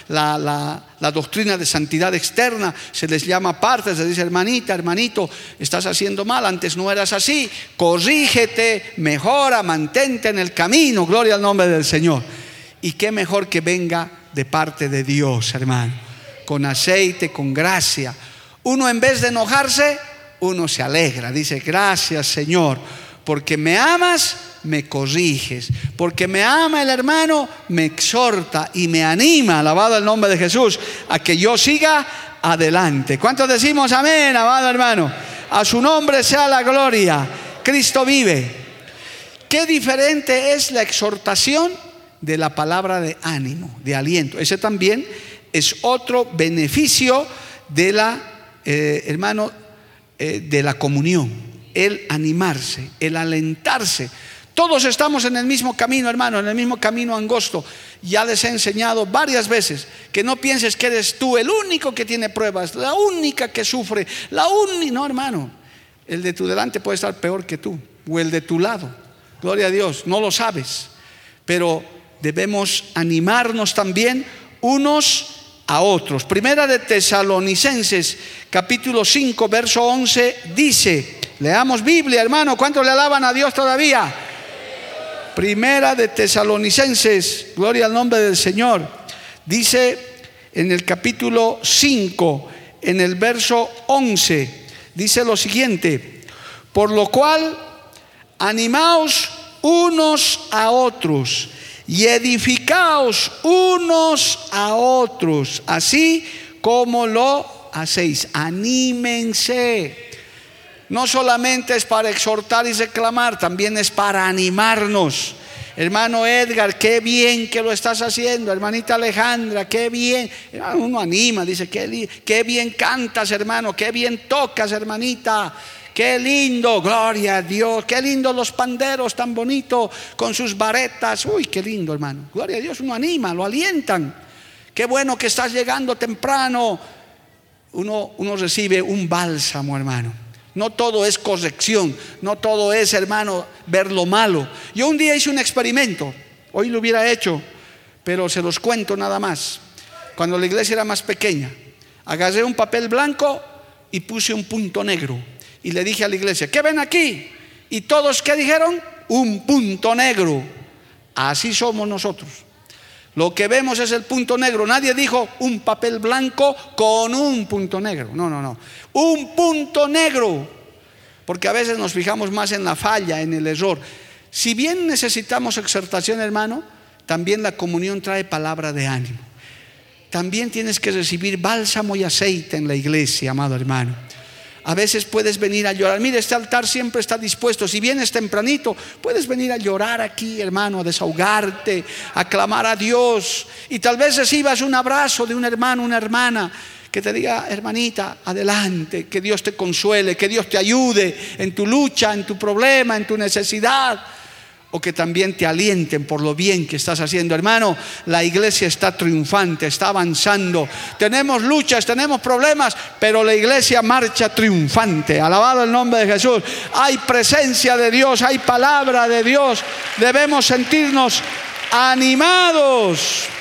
la doctrina de santidad externa, se les llama aparte, se dice hermanita, hermanito, estás haciendo mal, antes no eras así, corrígete, mejora, mantente en el camino, gloria al nombre del Señor. Y qué mejor que venga de parte de Dios, hermano, con aceite, con gracia. Uno en vez de enojarse, uno se alegra, dice gracias Señor, porque me amas, me corriges, porque me ama el hermano, me exhorta y me anima, alabado el nombre de Jesús, a que yo siga adelante. ¿Cuántos decimos amén, amado hermano? A su nombre sea la gloria. Cristo vive. Qué diferente es la exhortación de la palabra de ánimo, de aliento. Ese también es otro beneficio de la, hermano, de la comunión, el animarse, el alentarse. Todos estamos en el mismo camino, hermano, en el mismo camino angosto. Ya les he enseñado varias veces que no pienses que eres tú el único que tiene pruebas, la única que sufre, no, hermano, el de tu delante puede estar peor que tú, o el de tu lado, gloria a Dios, no lo sabes, pero debemos animarnos también unos a otros. Primera de Tesalonicenses capítulo 5 verso 11 dice, leamos Biblia, hermano, ¿cuántos le alaban a Dios todavía? Primera de Tesalonicenses, gloria al nombre del Señor, dice en el capítulo 5 en el verso 11, dice lo siguiente: por lo cual animaos unos a otros y edificaos unos a otros, así como lo hacéis. Anímense. No solamente es para exhortar y reclamar, también es para animarnos. Hermano Edgar, qué bien que lo estás haciendo. Hermanita Alejandra, qué bien. Uno anima, dice, qué bien cantas, hermano, qué bien tocas, hermanita. Qué lindo, gloria a Dios, qué lindo los panderos tan bonitos con sus varetas. Uy, qué lindo, hermano, gloria a Dios. Uno anima, lo alientan. Qué bueno que estás llegando temprano. Uno recibe un bálsamo, hermano. No todo es corrección, no todo es, hermano, ver lo malo. Yo un día hice un experimento, hoy lo hubiera hecho, pero se los cuento nada más. Cuando la iglesia era más pequeña, agarré un papel blanco y puse un punto negro. Y le dije a la iglesia, ¿qué ven aquí? Y todos, ¿qué dijeron? Un punto negro. Así somos nosotros. Lo que vemos es el punto negro. Nadie dijo un papel blanco con un punto negro. No. Un punto negro. Porque a veces nos fijamos más en la falla, en el error. Si bien necesitamos exhortación, hermano, también la comunión trae palabra de ánimo. También tienes que recibir bálsamo y aceite en la iglesia, amado hermano. A veces puedes venir a llorar. Mire, este altar siempre está dispuesto. Si vienes tempranito, puedes venir a llorar aquí, hermano, a desahogarte, a clamar a Dios. Y tal vez recibas un abrazo de un hermano, una hermana, que te diga, hermanita, adelante, que Dios te consuele, que Dios te ayude en tu lucha, en tu problema, en tu necesidad. O que también te alienten por lo bien que estás haciendo. Hermano, la iglesia está triunfante, está avanzando. Tenemos luchas, tenemos problemas, pero la iglesia marcha triunfante. Alabado el nombre de Jesús. Hay presencia de Dios, hay palabra de Dios. Debemos sentirnos animados.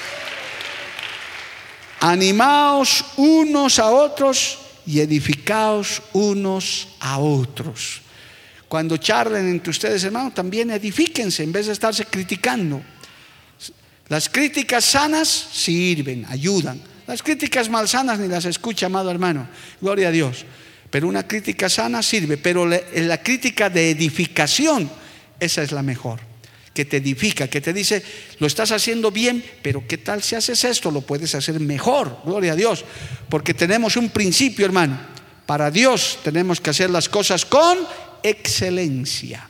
Animaos unos a otros y edificaos unos a otros. Cuando charlen entre ustedes, hermanos, también edifíquense en vez de estarse criticando. Las críticas sanas sirven, ayudan. Las críticas malsanas ni las escucha, amado hermano. Gloria a Dios. Pero una crítica sana sirve, pero la crítica de edificación, esa es la mejor, que te edifica, que te dice, lo estás haciendo bien, pero ¿qué tal si haces esto? Lo puedes hacer mejor, gloria a Dios, porque tenemos un principio, hermano. Para Dios tenemos que hacer las cosas con excelencia.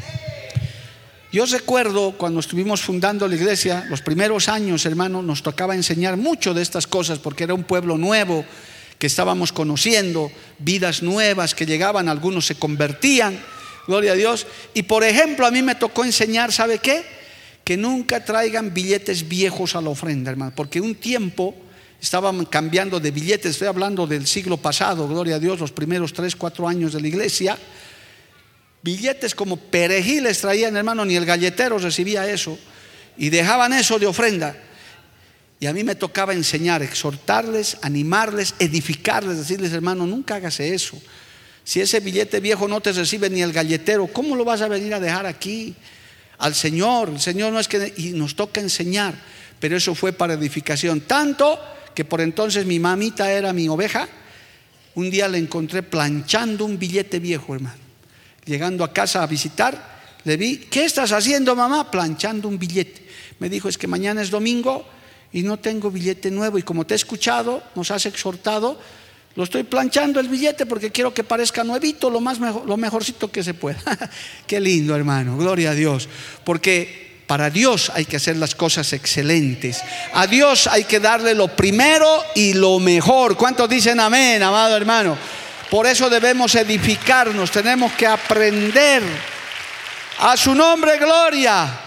Yo recuerdo cuando estuvimos fundando la iglesia, los primeros años, hermano, nos tocaba enseñar mucho de estas cosas, porque era un pueblo nuevo que estábamos conociendo, vidas nuevas que llegaban, algunos se convertían, gloria a Dios. Y por ejemplo, a mí me tocó enseñar, ¿sabe qué? Que nunca traigan billetes viejos a la ofrenda, hermano, porque un tiempo estaban cambiando de billetes. Estoy hablando del siglo pasado, gloria a Dios, los primeros 3, 4 años de la iglesia. Billetes como perejiles traían, hermano, ni el galletero recibía eso, y dejaban eso de ofrenda. Y a mí me tocaba enseñar, exhortarles, animarles, edificarles, decirles, hermano, nunca hagas eso. Si ese billete viejo no te recibe ni el galletero, ¿cómo lo vas a venir a dejar aquí? Al Señor, el Señor no es que... Y nos toca enseñar, pero eso fue para edificación. Tanto que por entonces mi mamita era mi oveja. Un día le encontré planchando un billete viejo, hermano. Llegando a casa a visitar, le vi, ¿qué estás haciendo, mamá? Planchando un billete. Me dijo, es que mañana es domingo y no tengo billete nuevo, y como te he escuchado, nos has exhortado, lo estoy planchando el billete porque quiero que parezca nuevito, lo mejorcito que se pueda. Qué lindo, hermano, gloria a Dios, porque para Dios hay que hacer las cosas excelentes. A Dios hay que darle lo primero y lo mejor. ¿Cuántos dicen amén, amado hermano? Por eso debemos edificarnos, tenemos que aprender. A su nombre, gloria.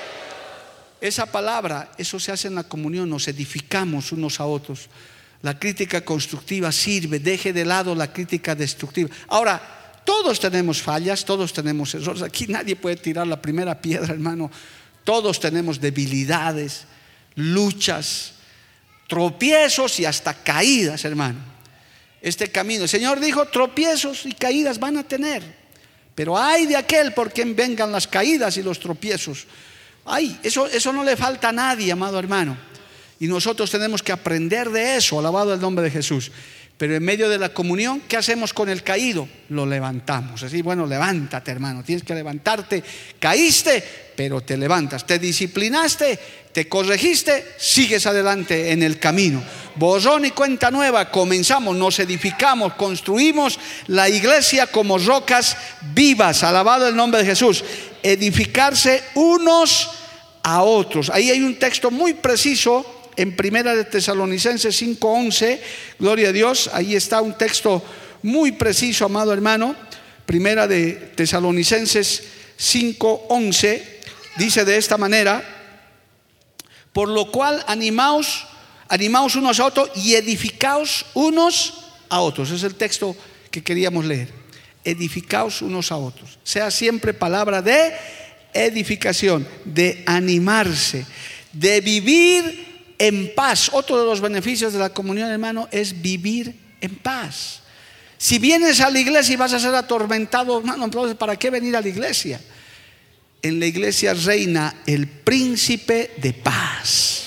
Esa palabra, eso se hace en la comunión, nos edificamos unos a otros. La crítica constructiva sirve, deje de lado la crítica destructiva. Ahora, todos tenemos fallas, todos tenemos errores. Aquí nadie puede tirar la primera piedra, hermano. Todos tenemos debilidades, luchas, tropiezos y hasta caídas, hermano. Este camino, el Señor dijo, tropiezos y caídas van a tener, pero ay de aquel por quien vengan las caídas y los tropiezos. Ay, eso no le falta a nadie, amado hermano. Y nosotros tenemos que aprender de eso, alabado el nombre de Jesús. Pero en medio de la comunión, ¿qué hacemos con el caído? Lo levantamos. Así, bueno, levántate, hermano, tienes que levantarte. Caíste, pero te levantas. Te disciplinaste, te corregiste, sigues adelante en el camino. Borrón y cuenta nueva, comenzamos, nos edificamos, construimos la iglesia como rocas vivas, alabado el nombre de Jesús. Edificarse unos a otros. Ahí hay un texto muy preciso en Primera de Tesalonicenses 5:11, gloria a Dios. Ahí está un texto muy preciso, amado hermano. Primera de Tesalonicenses 5:11 dice de esta manera: por lo cual animaos unos a otros y edificaos unos a otros. Es el texto que queríamos leer. Edificaos unos a otros. Sea siempre palabra de edificación, de animarse, de vivir en paz. Otro de los beneficios de la comunión, hermano, es vivir en paz. Si vienes a la iglesia y vas a ser atormentado, hermano, entonces ¿para qué venir a la iglesia? En la iglesia reina el príncipe de paz.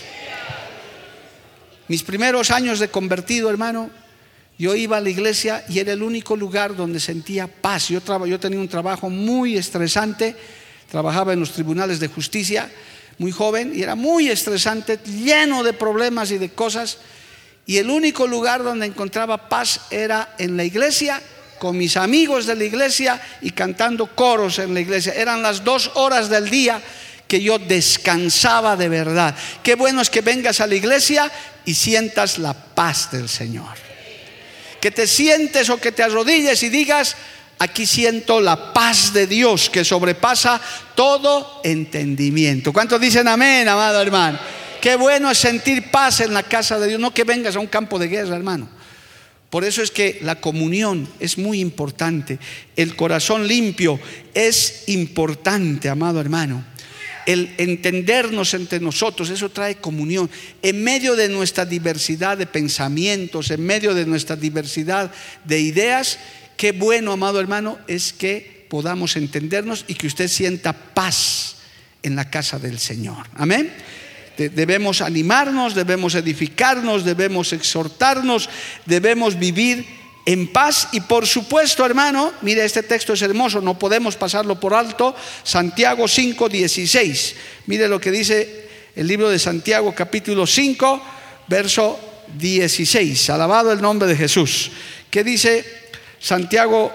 Mis primeros años de convertido, hermano, yo iba a la iglesia y era el único lugar donde sentía paz. Yo tenía un trabajo muy estresante, trabajaba en los tribunales de justicia, muy joven, y era muy estresante, lleno de problemas y de cosas, y el único lugar donde encontraba paz era en la iglesia, con mis amigos de la iglesia y cantando coros en la iglesia. Eran las 2 horas del día que yo descansaba de verdad. Qué bueno es que vengas a la iglesia y sientas la paz del Señor, que te sientes o que te arrodilles y digas: aquí siento la paz de Dios que sobrepasa todo entendimiento. ¿Cuántos dicen amén, amado hermano? Qué bueno es sentir paz en la casa de Dios, no que vengas a un campo de guerra, hermano. Por eso es que la comunión es muy importante. El corazón limpio es importante, amado hermano. El entendernos entre nosotros, eso trae comunión. En medio de nuestra diversidad de pensamientos, en medio de nuestra diversidad de ideas, qué bueno, amado hermano, es que podamos entendernos y que usted sienta paz en la casa del Señor. Amén. Debemos animarnos, debemos edificarnos, debemos exhortarnos, debemos vivir en paz. Y por supuesto, hermano, mire, este texto es hermoso, no podemos pasarlo por alto. Santiago 5:16. Mire lo que dice el libro de Santiago, capítulo 5, verso 16. Alabado el nombre de Jesús. ¿Qué dice Santiago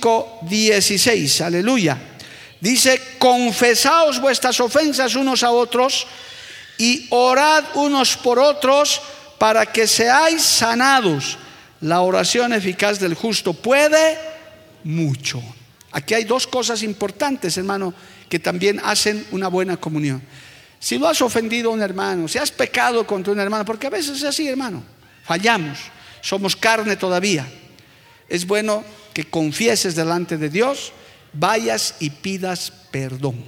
5:16? Aleluya. Dice: confesaos vuestras ofensas unos a otros y orad unos por otros para que seáis sanados. La oración eficaz del justo puede mucho. Aquí hay dos cosas importantes, hermano, que también hacen una buena comunión. Si lo has ofendido a un hermano, si has pecado contra un hermano, porque a veces es así, hermano, fallamos, somos carne todavía. Es bueno que confieses delante de Dios, vayas y pidas perdón.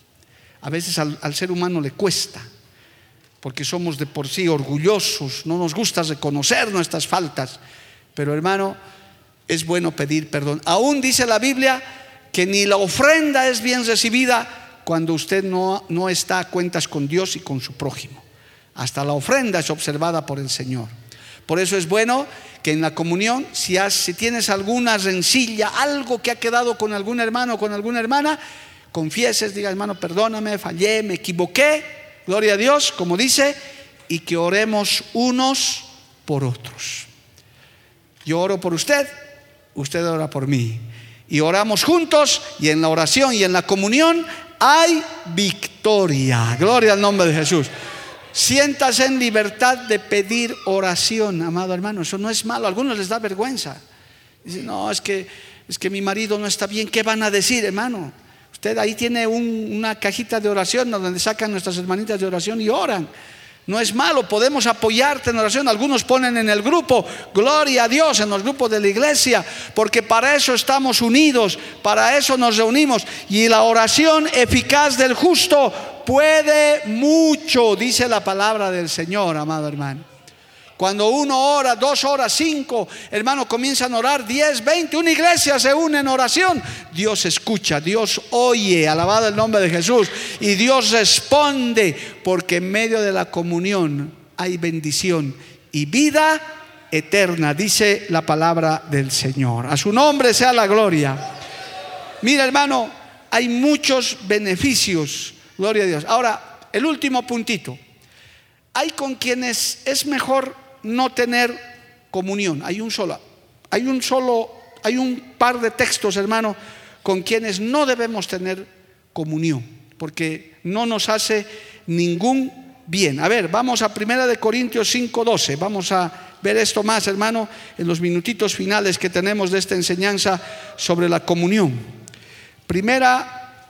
A veces al ser humano le cuesta, porque somos de por sí orgullosos, no nos gusta reconocer nuestras faltas. Pero hermano, es bueno pedir perdón. Aún dice la Biblia que ni la ofrenda es bien recibida cuando usted no está a cuentas con Dios y con su prójimo. Hasta la ofrenda es observada por el Señor. Por eso es bueno que en la comunión, si tienes alguna rencilla, algo que ha quedado con algún hermano o con alguna hermana, confieses, diga: hermano, perdóname, fallé, me equivoqué, gloria a Dios, como dice, y que oremos unos por otros. Yo oro por usted, usted ora por mí, y oramos juntos, y en la oración y en la comunión hay victoria. Gloria al nombre de Jesús. Siéntase en libertad de pedir oración, amado hermano. Eso no es malo. A algunos les da vergüenza. Dicen: no, es que mi marido no está bien. ¿Qué van a decir, hermano? Usted ahí tiene una cajita de oración donde sacan nuestras hermanitas de oración y oran. No es malo, podemos apoyarte en oración. Algunos ponen en el grupo, gloria a Dios, en los grupos de la iglesia, porque para eso estamos unidos, para eso nos reunimos. Y la oración eficaz del justo puede mucho, dice la palabra del Señor, amado hermano. Cuando uno ora 2 horas, 5, hermano, comienzan a orar 10, 20, una iglesia se une en oración. Dios escucha, Dios oye, alabado el nombre de Jesús. Y Dios responde, porque en medio de la comunión hay bendición y vida eterna, dice la palabra del Señor. A su nombre sea la gloria. Mira, hermano, hay muchos beneficios, gloria a Dios. Ahora, el último puntito. Hay con quienes es mejor no tener comunión. Hay un par de textos, hermano, con quienes no debemos tener comunión, porque no nos hace ningún bien. A ver, vamos a 1 Corintios 5:12. Vamos a ver esto más, hermano, en los minutitos finales que tenemos de esta enseñanza sobre la comunión. 1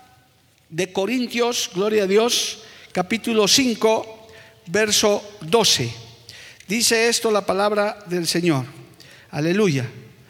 Corintios, gloria a Dios, capítulo 5, verso 12. Dice esto la palabra del Señor. Aleluya.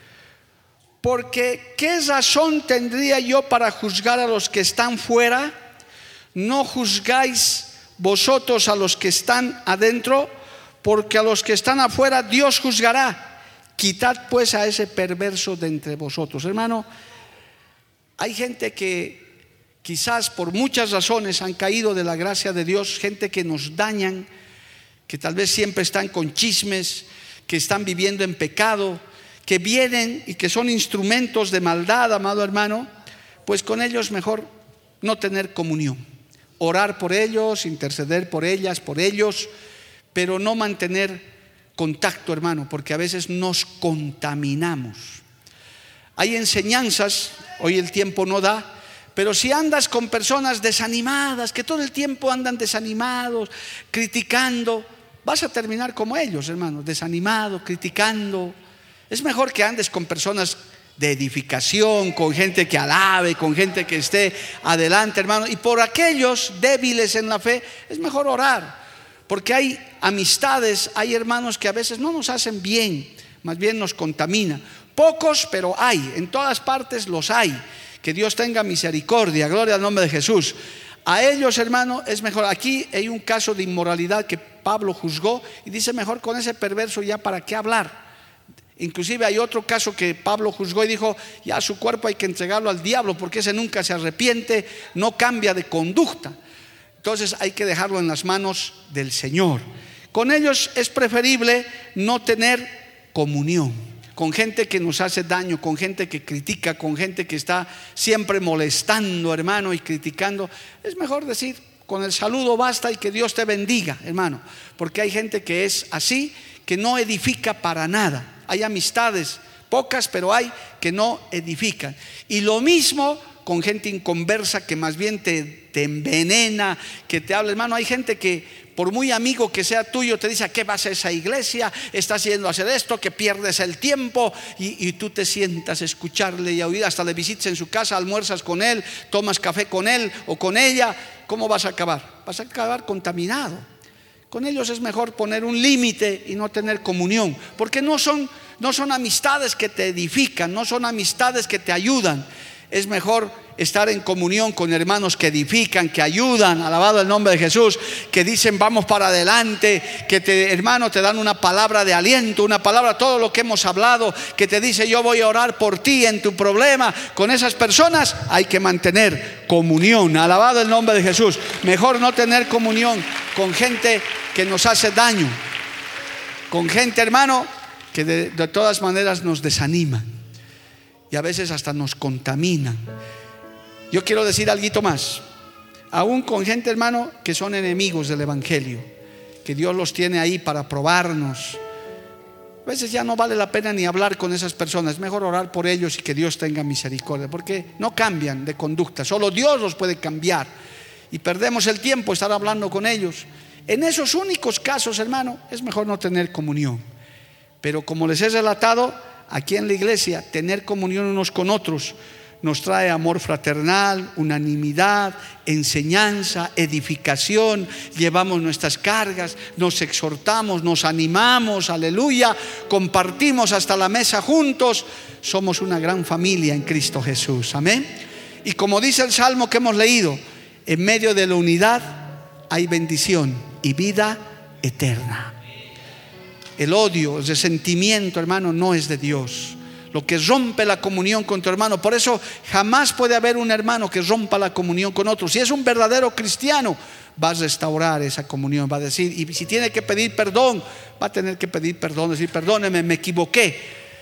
Porque ¿qué razón tendría yo para juzgar a los que están fuera? ¿No juzgáis vosotros a los que están adentro? Porque a los que están afuera Dios juzgará. Quitad pues a ese perverso de entre vosotros. Hermano, hay gente que quizás por muchas razones han caído de la gracia de Dios, gente que nos dañan, que tal vez siempre están con chismes, que están viviendo en pecado, que vienen y que son instrumentos de maldad, amado hermano. Pues con ellos mejor no tener comunión, orar por ellos, interceder por ellas, por ellos, pero no mantener contacto, hermano, porque a veces nos contaminamos. Hay enseñanzas, hoy el tiempo no da, pero si andas con personas desanimadas, que todo el tiempo andan desanimados, criticando, vas a terminar como ellos, hermano, desanimado, criticando. Es mejor que andes con personas de edificación, con gente que alabe, con gente que esté adelante, hermano. Y por aquellos débiles en la fe es mejor orar, porque hay amistades, hay hermanos que a veces no nos hacen bien, más bien nos contaminan. Pocos, pero hay, en todas partes los hay. Que Dios tenga misericordia, gloria al nombre de Jesús. A ellos, hermano, es mejor. Aquí hay un caso de inmoralidad que Pablo juzgó y dice: mejor con ese perverso ya para qué hablar. Inclusive hay otro caso que Pablo juzgó y dijo: ya su cuerpo hay que entregarlo al diablo, porque ese nunca se arrepiente, no cambia de conducta. Entonces hay que dejarlo en las manos del Señor. Con ellos es preferible no tener comunión. con gente que nos hace daño, con gente que critica, con gente que está siempre molestando, hermano, y criticando, es mejor decir, con el saludo basta y que Dios te bendiga, hermano, porque hay gente que es así, que no edifica para nada. Hay amistades, pocas, pero hay que no edifican. Y lo mismo con gente inconversa que más bien te envenena, que te habla, hermano. Hay gente que por muy amigo que sea tuyo te dice: ¿a qué vas a esa iglesia? Estás yendo a hacer esto, que pierdes el tiempo. Y tú te sientas a escucharle y a oír, hasta le visitas en su casa, almuerzas con él, tomas café con él o con ella. ¿Cómo vas a acabar? Vas a acabar contaminado. Con ellos es mejor poner un límite y no tener comunión, porque no son amistades que te edifican, no son amistades que te ayudan. Es mejor estar en comunión con hermanos que edifican, que ayudan, alabado el nombre de Jesús, que dicen vamos para adelante, que hermano, te dan una palabra de aliento, una palabra, todo lo que hemos hablado, que te dice: yo voy a orar por ti en tu problema. Con esas personas hay que mantener comunión, alabado el nombre de Jesús. Mejor no tener comunión con gente que nos hace daño, con gente, hermano, que de todas maneras nos desanima y a veces hasta nos contamina. Yo quiero decir algo más, aún con gente, hermano, que son enemigos del evangelio, que Dios los tiene ahí para probarnos. A veces ya no vale la pena ni hablar con esas personas, es mejor orar por ellos y que Dios tenga misericordia, porque no cambian de conducta, solo Dios los puede cambiar, y perdemos el tiempo estar hablando con ellos. En esos únicos casos, hermano, es mejor no tener comunión. Pero como les he relatado, aquí en la iglesia, tener comunión unos con otros nos trae amor fraternal, unanimidad, enseñanza, edificación. Llevamos nuestras cargas, nos exhortamos, nos animamos, aleluya, compartimos hasta la mesa juntos. Somos una gran familia en Cristo Jesús, amén. Y como dice el salmo que hemos leído, en medio de la unidad hay bendición y vida eterna. El odio, el resentimiento, hermano, no es de Dios. Lo que rompe la comunión con tu hermano. Por eso jamás puede haber un hermano que rompa la comunión con otro. Si es un verdadero cristiano, va a restaurar esa comunión, va a decir, y si tiene que pedir perdón, va a tener que pedir perdón, decir: perdóneme, me equivoqué.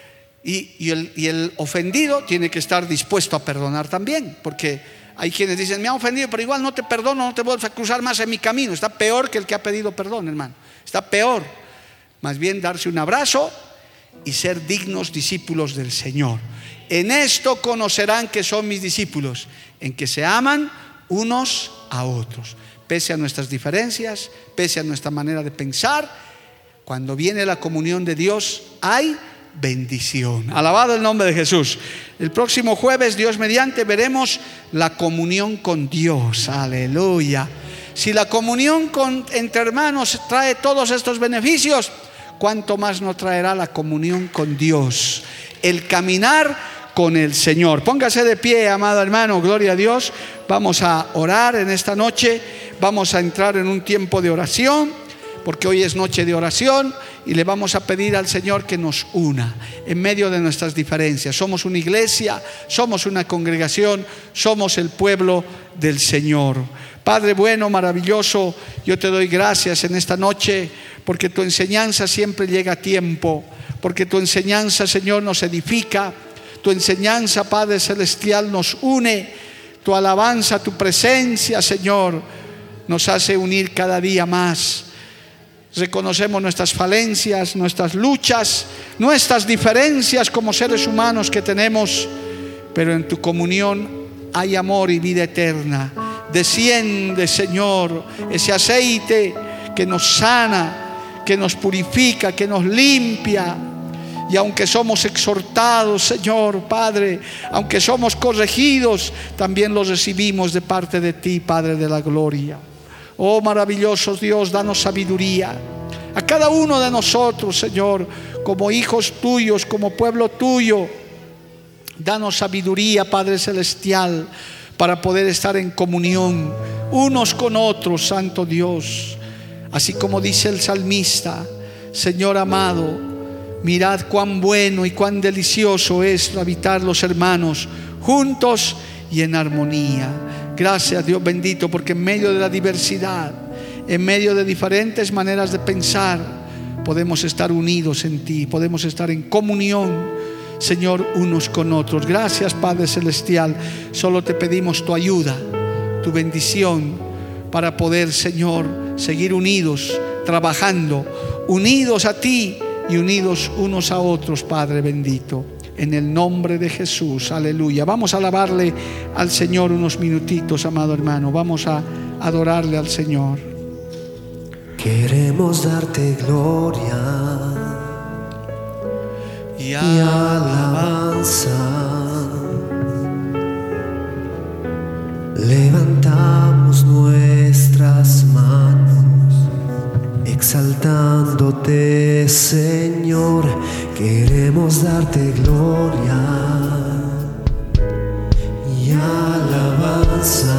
Y el ofendido tiene que estar dispuesto a perdonar también, porque hay quienes dicen: me ha ofendido, pero igual no te perdono, no te vuelves a cruzar más en mi camino. Está peor que el que ha pedido perdón, hermano. Está peor. Más bien darse un abrazo y ser dignos discípulos del Señor. En esto conocerán que son mis discípulos, en que se aman unos a otros. Pese a nuestras diferencias, pese a nuestra manera de pensar, cuando viene la comunión de Dios hay bendición. Alabado el nombre de Jesús. El próximo jueves, Dios mediante, veremos la comunión con Dios. Aleluya. Si la comunión entre hermanos trae todos estos beneficios, ¿cuánto más nos traerá la comunión con Dios? El caminar con el Señor. Póngase de pie, amado hermano, gloria a Dios. Vamos a orar en esta noche. Vamos a entrar en un tiempo de oración, porque hoy es noche de oración, y le vamos a pedir al Señor que nos una en medio de nuestras diferencias. Somos una iglesia, somos una congregación, somos el pueblo del Señor. Padre bueno, maravilloso, yo te doy gracias en esta noche, porque tu enseñanza siempre llega a tiempo, porque tu enseñanza, Señor, nos edifica, tu enseñanza, Padre celestial, nos une, tu alabanza, tu presencia, Señor, nos hace unir cada día más. Reconocemos nuestras falencias, nuestras luchas, nuestras diferencias como seres humanos que tenemos, pero en tu comunión hay amor y vida eterna. Desciende, Señor, ese aceite que nos sana, que nos purifica, que nos limpia. Y aunque somos exhortados, Señor, Padre, aunque somos corregidos, también los recibimos de parte de ti, Padre de la gloria. Oh maravilloso Dios, danos sabiduría a cada uno de nosotros, Señor, como hijos tuyos, como pueblo tuyo. Danos sabiduría, Padre celestial, para poder estar en comunión unos con otros, Santo Dios. Así como dice el salmista: Señor amado, mirad cuán bueno y cuán delicioso es habitar los hermanos juntos y en armonía. Gracias, Dios bendito, porque en medio de la diversidad, en medio de diferentes maneras de pensar, podemos estar unidos en ti, podemos estar en comunión Señor, unos con otros. Gracias, Padre Celestial. Solo te pedimos tu ayuda, tu bendición, para poder, Señor, seguir unidos, trabajando, unidos a ti y unidos unos a otros, Padre bendito. En el nombre de Jesús, aleluya. Vamos a alabarle al Señor unos minutitos, amado hermano. Vamos a adorarle al Señor. Queremos darte gloria y alabanza. Levantamos nuestras manos, exaltándote, Señor. Queremos darte gloria y alabanza.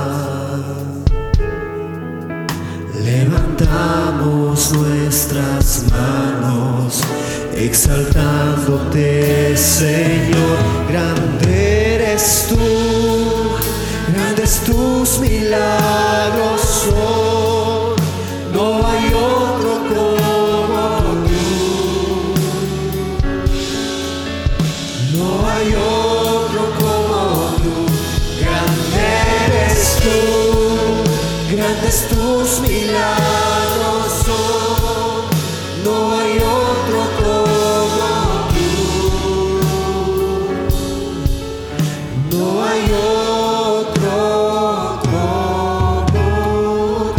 Levantamos nuestras manos, exaltándote, Señor. Grande eres tú, grandes tus milagros son. No hay otro como tú, no hay otro como tú. Grande eres tú, grandes tus milagros son. No hay otro como tú, no hay otro como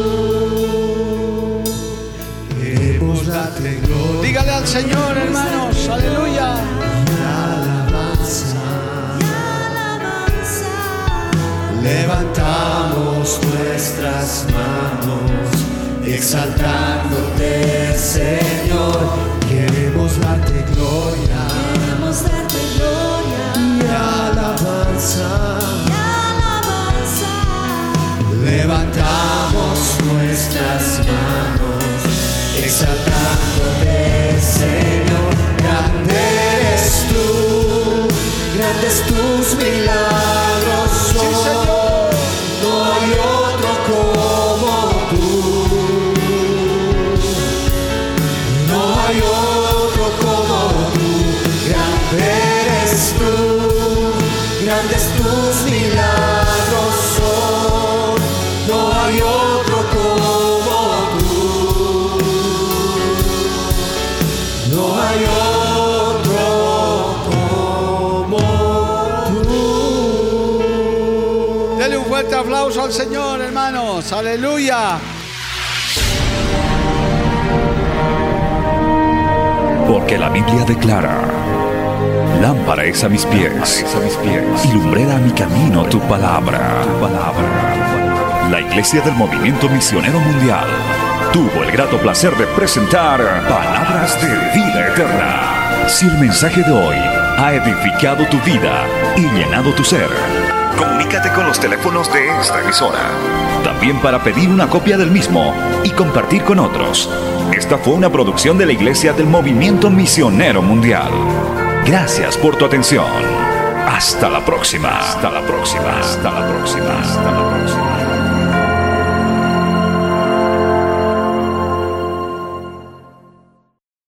tú. Queremos darte gloria. Dígale al Señor, hermanos, aleluya. Levantamos nuestras manos, exaltándote, Señor. Queremos darte gloria, y alabanza. Levantamos nuestras manos, exaltándote, Señor. Grande eres tú, grandes tus milagros son. Sí, Señor. No hay otro como tú, no hay otro como tú. Grande eres tú, grandes tus milagros son. No hay otro como tú, no hay otro como tú. Dele un fuerte aplauso al Señor, hermanos, aleluya. Porque la Biblia declara: lámpara es a mis pies, y lumbrera a mi camino tu palabra. La Iglesia del Movimiento Misionero Mundial tuvo el grato placer de presentar Palabras de Vida Eterna. Si el mensaje de hoy ha edificado tu vida y llenado tu ser, comunícate con los teléfonos de esta emisora. También para pedir una copia del mismo y compartir con otros. Esta fue una producción de la Iglesia del Movimiento Misionero Mundial. Gracias por tu atención. Hasta la próxima. Hasta la próxima. Hasta la próxima. Hasta la próxima.